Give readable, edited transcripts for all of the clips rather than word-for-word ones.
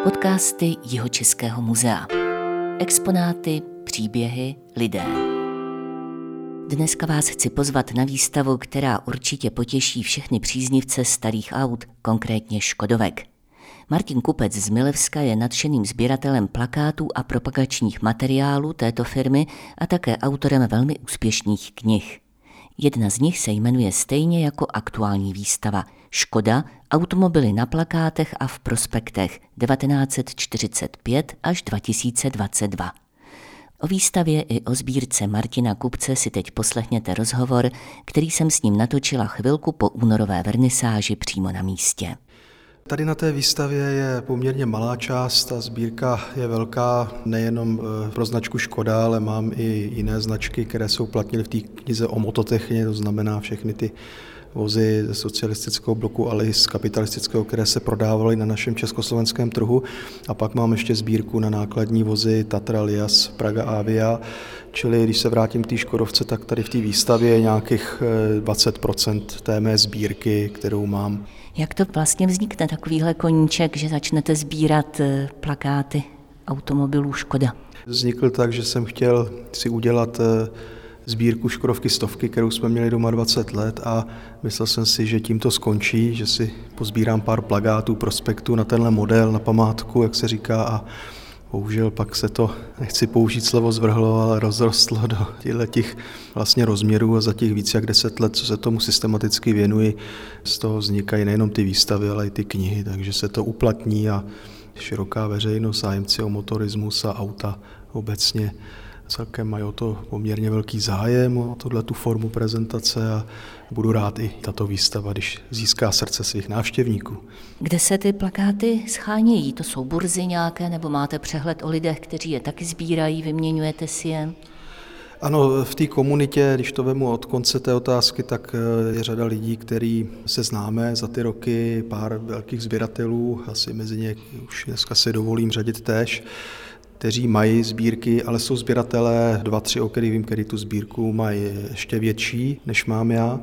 Podcasty Jihočeského muzea. Exponáty, příběhy, lidé. Dneska vás chci pozvat na výstavu, která určitě potěší všechny příznivce starých aut, konkrétně škodovek. Martin Kupec z Milevska je nadšeným sběratelem plakátů a propagačních materiálů této firmy a také autorem velmi úspěšných knih. Jedna z nich se jmenuje stejně jako aktuální výstava Škoda, automobily na plakátech a v prospektech 1945 až 2022. O výstavě i o sbírce Martina Kupce si teď poslechněte rozhovor, který jsem s ním natočila chvilku po únorové vernisáži přímo na místě. Tady na té výstavě je poměrně malá část, ta sbírka je velká nejenom pro značku Škoda, ale mám i jiné značky, které jsou platněny v té knize o mototechně, to znamená všechny ty vozy ze socialistického bloku, ale i z kapitalistického, které se prodávaly na našem československém trhu. A pak mám ještě sbírku na nákladní vozy Tatra Lias, Praga Avia, čili když se vrátím k té Škodovce, tak tady v té výstavě je nějakých 20% té mé sbírky, kterou mám. Jak to vlastně vznikne takovýhle koníček, že začnete sbírat plakáty automobilů Škoda? Vznikl tak, že jsem chtěl si udělat sbírku Škodovky 100, kterou jsme měli doma 20 let a myslel jsem si, že tím to skončí, že si pozbírám pár plakátů, prospektů na tenhle model, na památku, jak se říká, a bohužel pak se to, nechci použít slovo zvrhlo, ale rozrostlo do těch vlastně rozměrů a za těch víc jak 10 let, co se tomu systematicky věnuji, z toho vznikají nejenom ty výstavy, ale i ty knihy, takže se to uplatní a široká veřejnost, zájemci o motorismus a auta obecně celkem mají o to poměrně velký zájem, o tu formu prezentace a budu rád i tato výstava, když získá srdce svých návštěvníků. Kde se ty plakáty schánějí? To jsou burzy nějaké, nebo máte přehled o lidech, kteří je taky sbírají, vyměňujete si je? Ano, v té komunitě, když to vemu od konce té otázky, tak je řada lidí, který se známe za ty roky, pár velkých sběratelů, asi mezi ně už dneska si dovolím řadit též, kteří mají sbírky, ale jsou sběratelé 2-3, o kterých vím, který tu sbírku mají ještě větší, než mám já.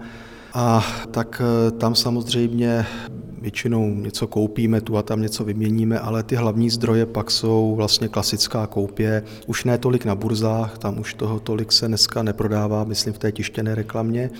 A tak tam samozřejmě většinou něco koupíme, tu a tam něco vyměníme, ale ty hlavní zdroje pak jsou vlastně klasická koupě, už ne tolik na burzách, tam už toho tolik se dneska neprodává, myslím v té tištěné reklamě,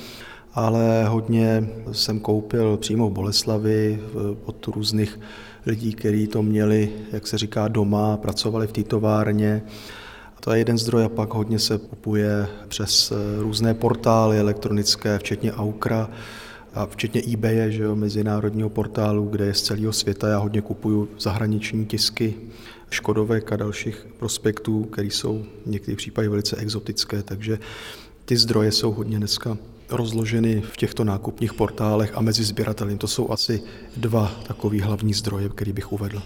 ale hodně jsem koupil přímo v Boleslavi od různých lidí, kteří to měli, jak se říká, doma, pracovali v té továrně. To je jeden zdroj a pak hodně se kupuje přes různé portály elektronické, včetně Aukra a včetně eBaye, že jo, mezinárodního portálu, kde je z celého světa. Já hodně kupuju zahraniční tisky Škodovek a dalších prospektů, které jsou v některých případech velice exotické, takže ty zdroje jsou hodně dneska rozloženy v těchto nákupních portálech a mezi sběrateli. To jsou asi dva takový hlavní zdroje, který bych uvedl.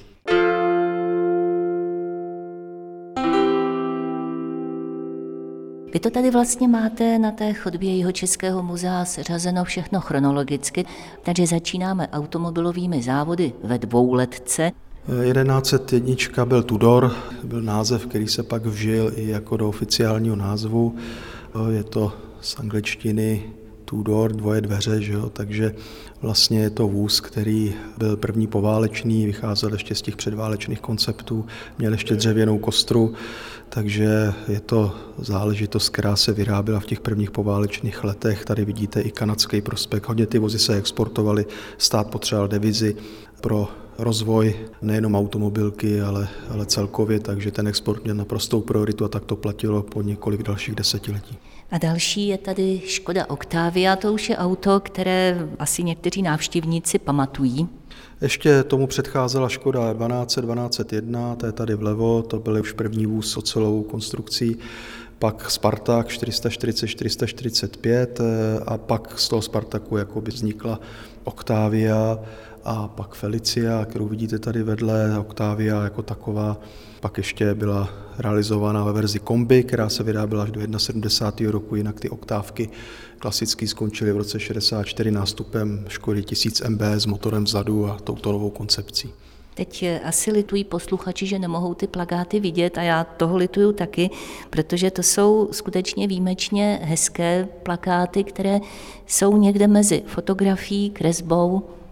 Vy to tady vlastně máte na té chodbě Jihočeského muzea seřazeno všechno chronologicky, takže začínáme automobilovými závody ve dvouletce. 1101 byl Tudor, byl název, který se pak vžil i jako do oficiálního názvu. Je to z angličtiny Tudor, dvoje dveře, že jo? Takže vlastně je to vůz, který byl první poválečný, vycházel ještě z těch předválečných konceptů, měl ještě dřevěnou kostru, takže je to záležitost, která se vyráběla v těch prvních poválečných letech. Tady vidíte i kanadský prospekt, hodně ty vozy se exportovaly, stát potřeboval devizi pro rozvoj nejenom automobilky, ale celkově, takže ten export měl naprostou prioritu a tak to platilo po několik dalších desetiletí. A další je tady Škoda Octavia, to už je auto, které asi někteří návštěvníci pamatují. Ještě tomu předcházela Škoda 1201, to je tady vlevo, to byl už první vůz s ocelovou konstrukcí, pak Spartak 440-445 a pak z toho Spartaku jakoby vznikla Octavia a pak Felicia, kterou vidíte tady vedle, Octavia jako taková. Pak ještě byla realizována ve verzi kombi, která se vyráběla až do 71. roku, jinak ty oktávky klasicky skončily v roce 64 nástupem Škody 1000 MB s motorem vzadu a touto novou koncepcí. Teď asi litují posluchači, že nemohou ty plakáty vidět a já toho lituju taky, protože to jsou skutečně výjimečně hezké plakáty, které jsou někde mezi fotografií, kresbou.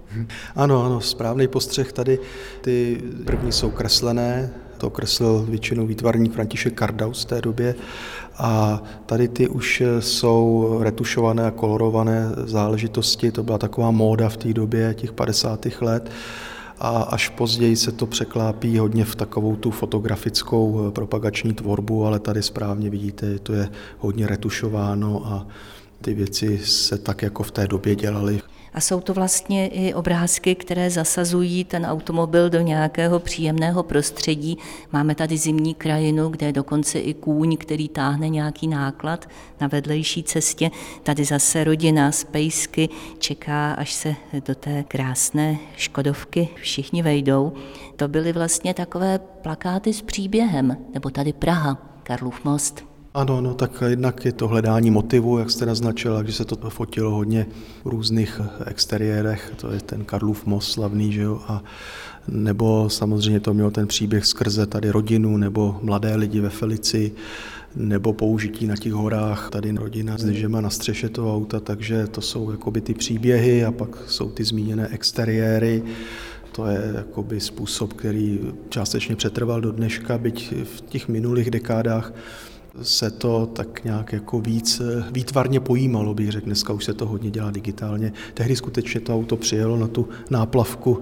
Ano, správný postřeh tady. Ty první jsou kreslené, to kreslil většinou výtvarník František Kardaus v té době. A tady ty už jsou retušované a kolorované záležitosti. To byla taková móda v té době, těch 50. let. A až později se to překlápí hodně v takovou tu fotografickou propagační tvorbu, ale tady správně vidíte, to je hodně retušováno a ty věci se tak jako v té době dělaly. A jsou to vlastně i obrázky, které zasazují ten automobil do nějakého příjemného prostředí. Máme tady zimní krajinu, kde je dokonce i kůň, který táhne nějaký náklad na vedlejší cestě. Tady zase rodina z pejsky čeká, až se do té krásné Škodovky všichni vejdou. To byly vlastně takové plakáty s příběhem, nebo tady Praha, Karlův most. Ano, tak jednak je to hledání motivu, jak jste naznačila, že se to fotilo hodně v různých exteriérech, to je ten Karlův most slavný, že jo, a nebo samozřejmě to mělo ten příběh skrze tady rodinu, nebo mladé lidi ve Felici, nebo použití na těch horách, tady rodina s lyžema na střeše toho auta, takže to jsou jakoby ty příběhy a pak jsou ty zmíněné exteriéry. To je jakoby způsob, který částečně přetrval do dneška, byť v těch minulých dekádách se to tak nějak jako víc výtvarně pojímalo, bych řekl. Dneska už se to hodně dělá digitálně. Tehdy skutečně to auto přijelo na tu náplavku,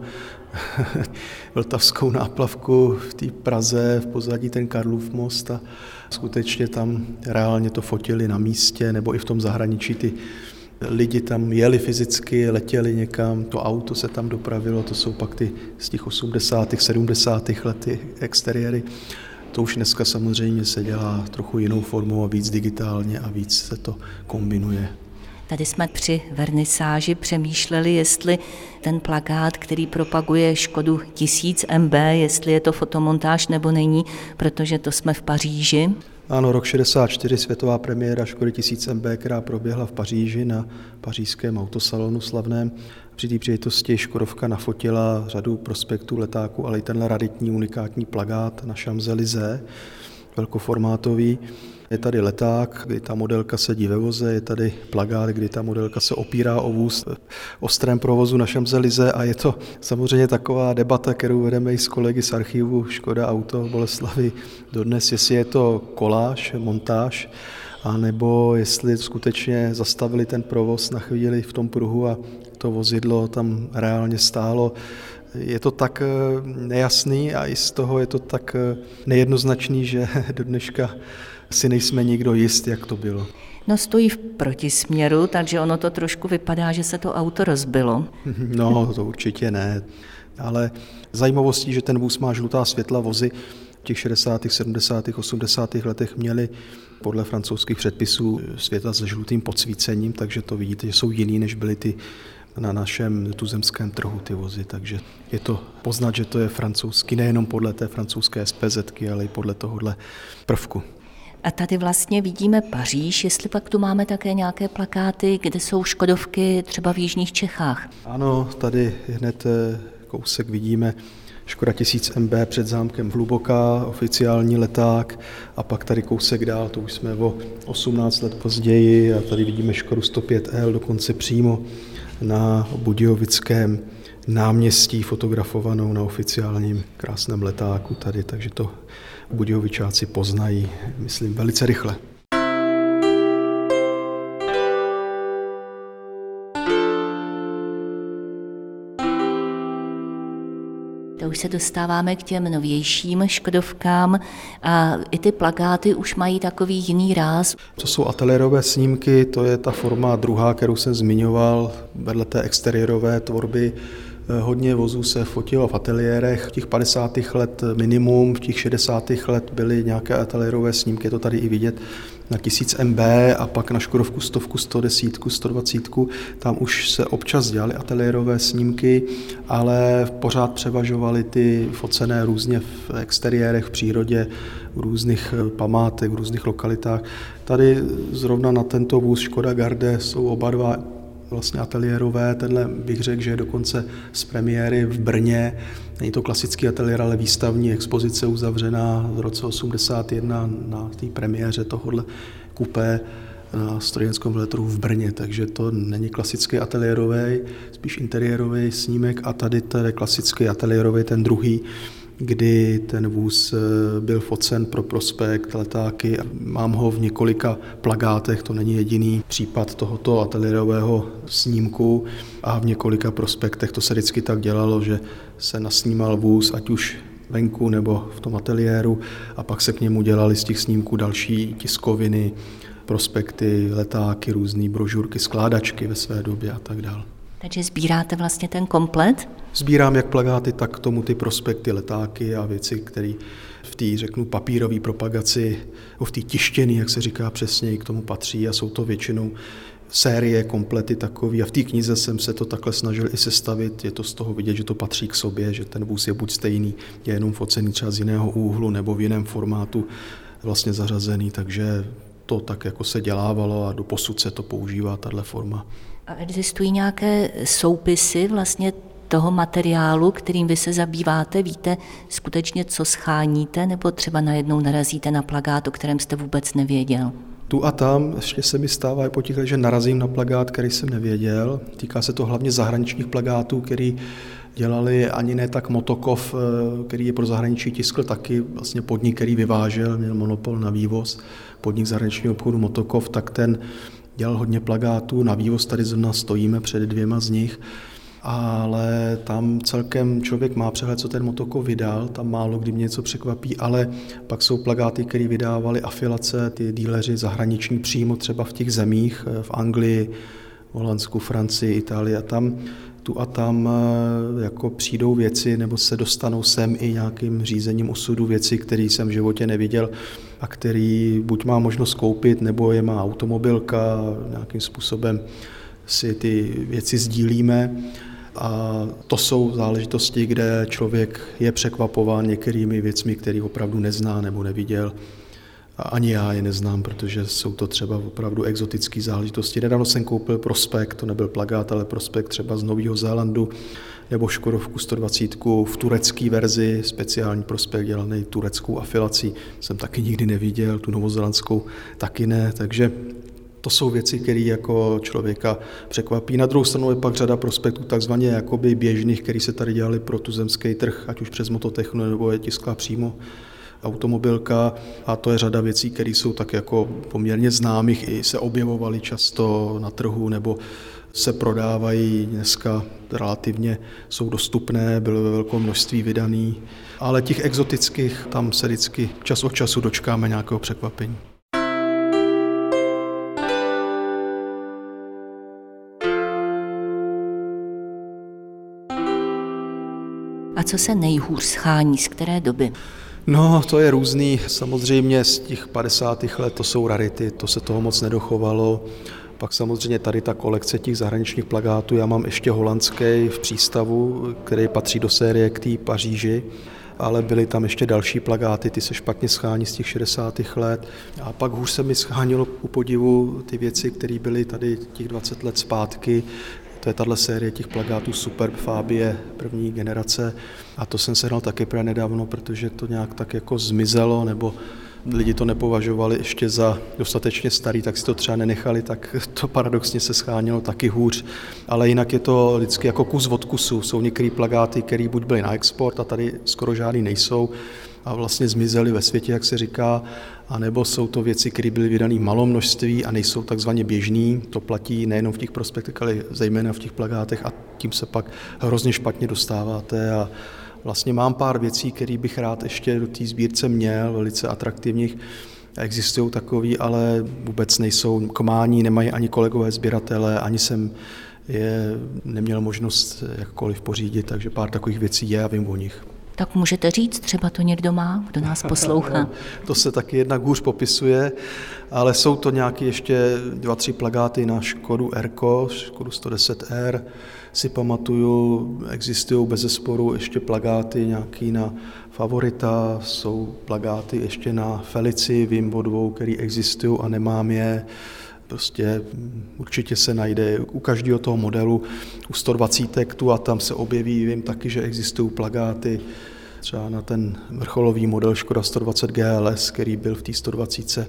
vltavskou náplavku v té Praze, v pozadí ten Karlův most a skutečně tam reálně to fotili na místě, nebo i v tom zahraničí ty lidi tam jeli fyzicky, letěli někam, to auto se tam dopravilo, to jsou pak ty z těch 80., 70. let exteriéry. To už dneska samozřejmě se dělá trochu jinou formou a víc digitálně a víc se to kombinuje. Tady jsme při vernisáži přemýšleli, jestli ten plakát, který propaguje Škodu 1000 MB, jestli je to fotomontáž nebo není, protože to jsme v Paříži. Ano, rok 64, světová premiéra Škody 1000 MB, která proběhla v Paříži na pařížském autosalonu slavném. Při té příležitosti Škodovka nafotila řadu prospektů letáků, ale i tenhle raritní unikátní plakát na Champs-Élysées, velkoformátový. Je tady leták, kdy ta modelka sedí ve voze, je tady plakát, kdy ta modelka se opírá o vůz v ostrém provozu na Champs-Élysées a je to samozřejmě taková debata, kterou vedeme i s kolegy z archivu Škoda Auto Boleslavy dodnes, jestli je to koláž, montáž, anebo jestli skutečně zastavili ten provoz na chvíli v tom pruhu a to vozidlo tam reálně stálo. Je to tak nejasný a i z toho je to tak nejednoznačný, že do dneška si nejsme nikdo jist, jak to bylo. No stojí v protisměru, takže ono to trošku vypadá, že se to auto rozbilo. No, to určitě ne. Ale zajímavostí, že ten vůz má žlutá světla, vozy v těch 60., 70., 80. letech měli podle francouzských předpisů světla se žlutým podsvícením, takže to vidíte, že jsou jiný, než byly ty na našem tuzemském trhu ty vozy, takže je to poznat, že to je francouzský, nejenom podle té francouzské SPZ-ky, ale i podle tohohle prvku. A tady vlastně vidíme Paříž, jestli pak tu máme také nějaké plakáty, kde jsou Škodovky třeba v jižních Čechách. Ano, tady hned kousek vidíme Škoda 1000 MB před zámkem Hluboká, oficiální leták a pak tady kousek dál, to už jsme o 18 let později a tady vidíme Škodu 105L dokonce přímo na Budějovickém náměstí fotografovanou na oficiálním krásném letáku tady, takže to Budějovičáci poznají, myslím, velice rychle. To už se dostáváme k těm novějším Škodovkám a i ty plakáty už mají takový jiný ráz. To jsou ateliérové snímky, to je ta forma druhá, kterou jsem zmiňoval, vedle té exteriérové tvorby. Hodně vozů se fotilo v ateliérech, v těch 50. let minimum, v těch 60. let byly nějaké ateliérové snímky, je to tady i vidět na 1000 MB a pak na Škodovku 100, 110, 120, tam už se občas dělaly ateliérové snímky, ale pořád převažovaly ty focené různě v exteriérech, v přírodě, v různých památek, v různých lokalitách. Tady zrovna na tento vůz Škoda Garde jsou oba dva vlastně ateliérové, tenhle bych řekl, že je dokonce z premiéry v Brně. Není to klasický ateliér, ale výstavní expozice uzavřená v roce 81 na té premiéře tohohle kupé. na strojírenském veletrhu v Brně, takže to není klasický ateliérový, spíš interiérový snímek a tady to je klasický ateliérový, ten druhý, kdy ten vůz byl focen pro prospekt letáky. Mám ho v několika plakátech, to není jediný případ tohoto ateliérového snímku a v několika prospektech to se vždycky tak dělalo, že se nasnímal vůz, ať už venku nebo v tom ateliéru a pak se k němu dělali z těch snímků další tiskoviny, prospekty, letáky, různé brožurky, skládačky ve své době a tak dále. Takže sbíráte vlastně ten komplet? Sbírám jak plakáty, tak k tomu ty prospekty, letáky a věci, které v té, řeknu, papírové propagaci, v té tištěné, jak se říká přesně, k tomu patří a jsou to většinou série, komplety takový. A v té knize jsem se to takhle snažil i sestavit. Je to z toho vidět, že to patří k sobě, že ten vůz je buď stejný, je jenom focený třeba z jiného úhlu nebo v jiném formátu vlastně zařazený, takže to tak jako se dělávalo a doposud se to používá, tahle forma. A existují nějaké soupisy vlastně toho materiálu, kterým vy se zabýváte? Víte skutečně, co scháníte, nebo třeba najednou narazíte na plakát, o kterém jste vůbec nevěděl? Tu a tam ještě se mi stává i po těch letech, že narazím na plakát, který jsem nevěděl. Týká se to hlavně zahraničních plakátů, který dělali ani ne tak Motokov, který je pro zahraničí tiskl taky, vlastně podnik, který vyvážel, měl monopol na vývoz, podnik zahraničního obchodu Motokov, tak ten dělal hodně plakátů na vývoz, tady zrovna stojíme před 2 z nich, ale tam celkem člověk má přehled, co ten Motokov vydal, tam málo kdy mě něco překvapí, ale pak jsou plakáty, které vydávali afilace, ty díleři zahraniční přímo třeba v těch zemích, v Anglii, Holandsku, Francii, Itálii a tam tu a tam jako přijdou věci nebo se dostanou sem i nějakým řízením osudu věci, které jsem v životě neviděl a který buď má možnost koupit, nebo je má automobilka, nějakým způsobem si ty věci sdílíme. A to jsou záležitosti, kde člověk je překvapován některými věcmi, které opravdu nezná nebo neviděl. A ani já je neznám, protože jsou to třeba opravdu exotické záležitosti. Nedávno jsem koupil prospekt, to nebyl plakát, ale prospekt třeba z Nového Zélandu, nebo Škodovku 120 v turecké verzi, speciální prospekt dělaný tureckou afilací. Jsem taky nikdy neviděl, tu novozélandskou taky ne, takže to jsou věci, které jako člověka překvapí. Na druhou stranu je pak řada prospektů takzvaně jakoby běžných, které se tady dělali pro tuzemský trh, ať už přes Mototechnu, nebo je tisklá přímo automobilka a to je řada věcí, které jsou tak jako poměrně známých, i se objevovaly často na trhu nebo se prodávají dneska relativně, jsou dostupné, byly ve velkém množství vydaný, ale těch exotických tam se vždycky čas od času dočkáme nějakého překvapení. A co se nejhůř schání, z které doby? No, to je různý. Samozřejmě z těch 50. let to jsou rarity, to se toho moc nedochovalo. Pak samozřejmě tady ta kolekce těch zahraničních plakátů, já mám ještě holandský v přístavu, který patří do série k té Paříži, ale byly tam ještě další plakáty, ty se špatně schání z těch 60. let. A pak hůř se mi schánilo ku podivu ty věci, které byly tady těch 20 let zpátky. To je tahle série těch plakátů Superb Fabie první generace a to jsem sehnal taky nedávno, protože to nějak tak jako zmizelo, nebo lidi to nepovažovali ještě za dostatečně starý, tak si to třeba nenechali, tak to paradoxně se schánilo taky hůř. Ale jinak je to vždycky jako kus od kusu. Jsou některé plakáty, které buď byly na export a tady skoro žádný nejsou a vlastně zmizely ve světě, jak se říká, anebo jsou to věci, které byly vydané v malém množství a nejsou takzvaně běžný. To platí nejenom v těch prospektech, ale zejména v těch plakátech a tím se pak hrozně špatně dostáváte a vlastně mám pár věcí, které bych rád ještě do té sbírce měl, velice atraktivních. Existují takový, ale vůbec nejsou k mání, nemají ani kolegové sběratele, ani jsem je neměl možnost jakkoliv pořídit, takže pár takových věcí je a vím o nich. Tak můžete říct, třeba to někdo má, kdo nás poslouchá. To se taky jednak hůř popisuje, ale jsou to nějaké ještě 2-3 plakáty na Škodu R-ko, Škodu 110R, si pamatuju, existují bezesporu ještě plakáty nějaký na Favorita, jsou plakáty ještě na Felici, vím o 2, který existují a nemám je. Prostě určitě se najde u každého toho modelu, u 120 tu a tam se objeví, vím taky, že existují plakáty třeba na ten vrcholový model Škoda 120 GLS, který byl v té 120.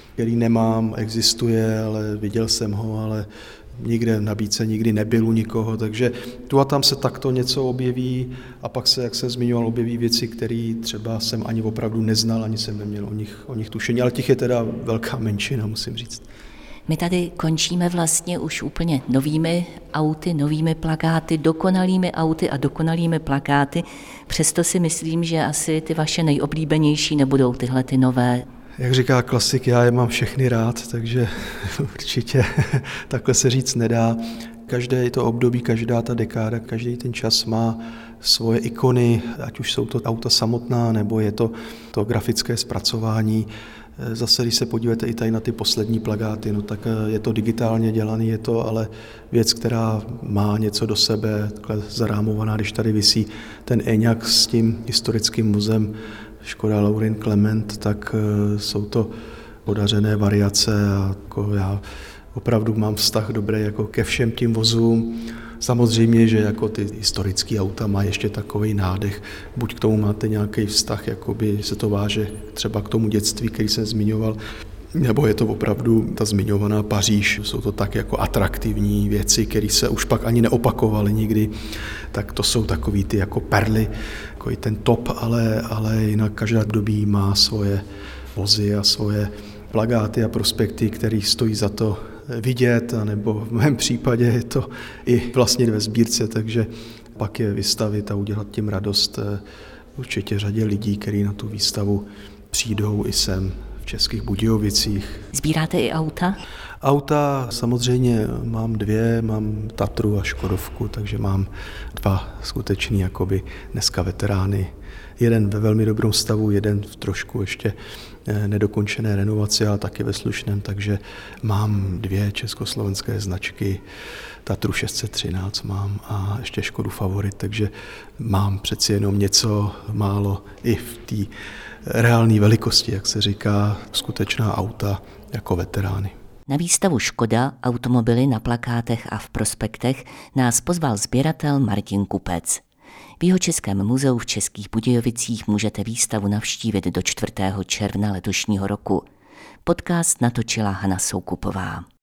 který nemám, existuje, ale viděl jsem ho, ale nikde v nabídce nikdy nebyl u nikoho, takže tu a tam se takto něco objeví a pak se, jak jsem zmiňoval, objeví věci, které třeba jsem ani opravdu neznal, ani jsem neměl o nich tušení, ale těch je teda velká menšina, musím říct. My tady končíme vlastně už úplně novými auty, novými plakáty, dokonalými auty a dokonalými plakáty. Přesto si myslím, že asi ty vaše nejoblíbenější nebudou tyhle ty nové. Jak říká klasik, já je mám všechny rád, takže určitě takhle se říct nedá. Každé to období, každá ta dekáda, každý ten čas má svoje ikony, ať už jsou to auta samotná, nebo je to grafické zpracování. Zase, když se podíváte i tady na ty poslední plakáty, no tak je to digitálně dělaný, je to ale věc, která má něco do sebe, takhle zarámovaná, když tady visí ten Eňak s tím historickým muzeem Škoda Laurin Klement, tak jsou to podařené variace a jako já opravdu mám vztah dobrý jako ke všem tím vozům. Samozřejmě, že jako ty historické auta má ještě takový nádech, buď k tomu máte nějaký vztah, jakoby se to váže třeba k tomu dětství, který jsem zmiňoval, nebo je to opravdu ta zmiňovaná Paříž, jsou to tak jako atraktivní věci, které se už pak ani neopakovaly nikdy, tak to jsou takový ty jako perly, jako i ten top, ale jinak každá období má svoje vozy a svoje plakáty a prospekty, které stojí za to vidět, nebo v mém případě je to i vlastně ve sbírce, takže pak je vystavit a udělat tím radost určitě řadě lidí, kteří na tu výstavu přijdou i sem v Českých Budějovicích. Sbíráte i auta? Auta samozřejmě mám dvě, mám Tatru a Škodovku, takže mám dva skutečný jakoby dneska veterány. Jeden ve velmi dobrém stavu, jeden v trošku ještě nedokončené renovaci, ale taky ve slušném, takže mám dvě československé značky, Tatru 613 mám a ještě Škodu Favorit, takže mám přeci jenom něco málo i v té reálné velikosti, jak se říká, skutečná auta jako veterány. Na výstavu Škoda, automobily na plakátech a v prospektech nás pozval sběratel Martin Kupec. V Jihočeském muzeu v Českých Budějovicích můžete výstavu navštívit do 4. června letošního roku. Podcast natočila Hana Soukupová.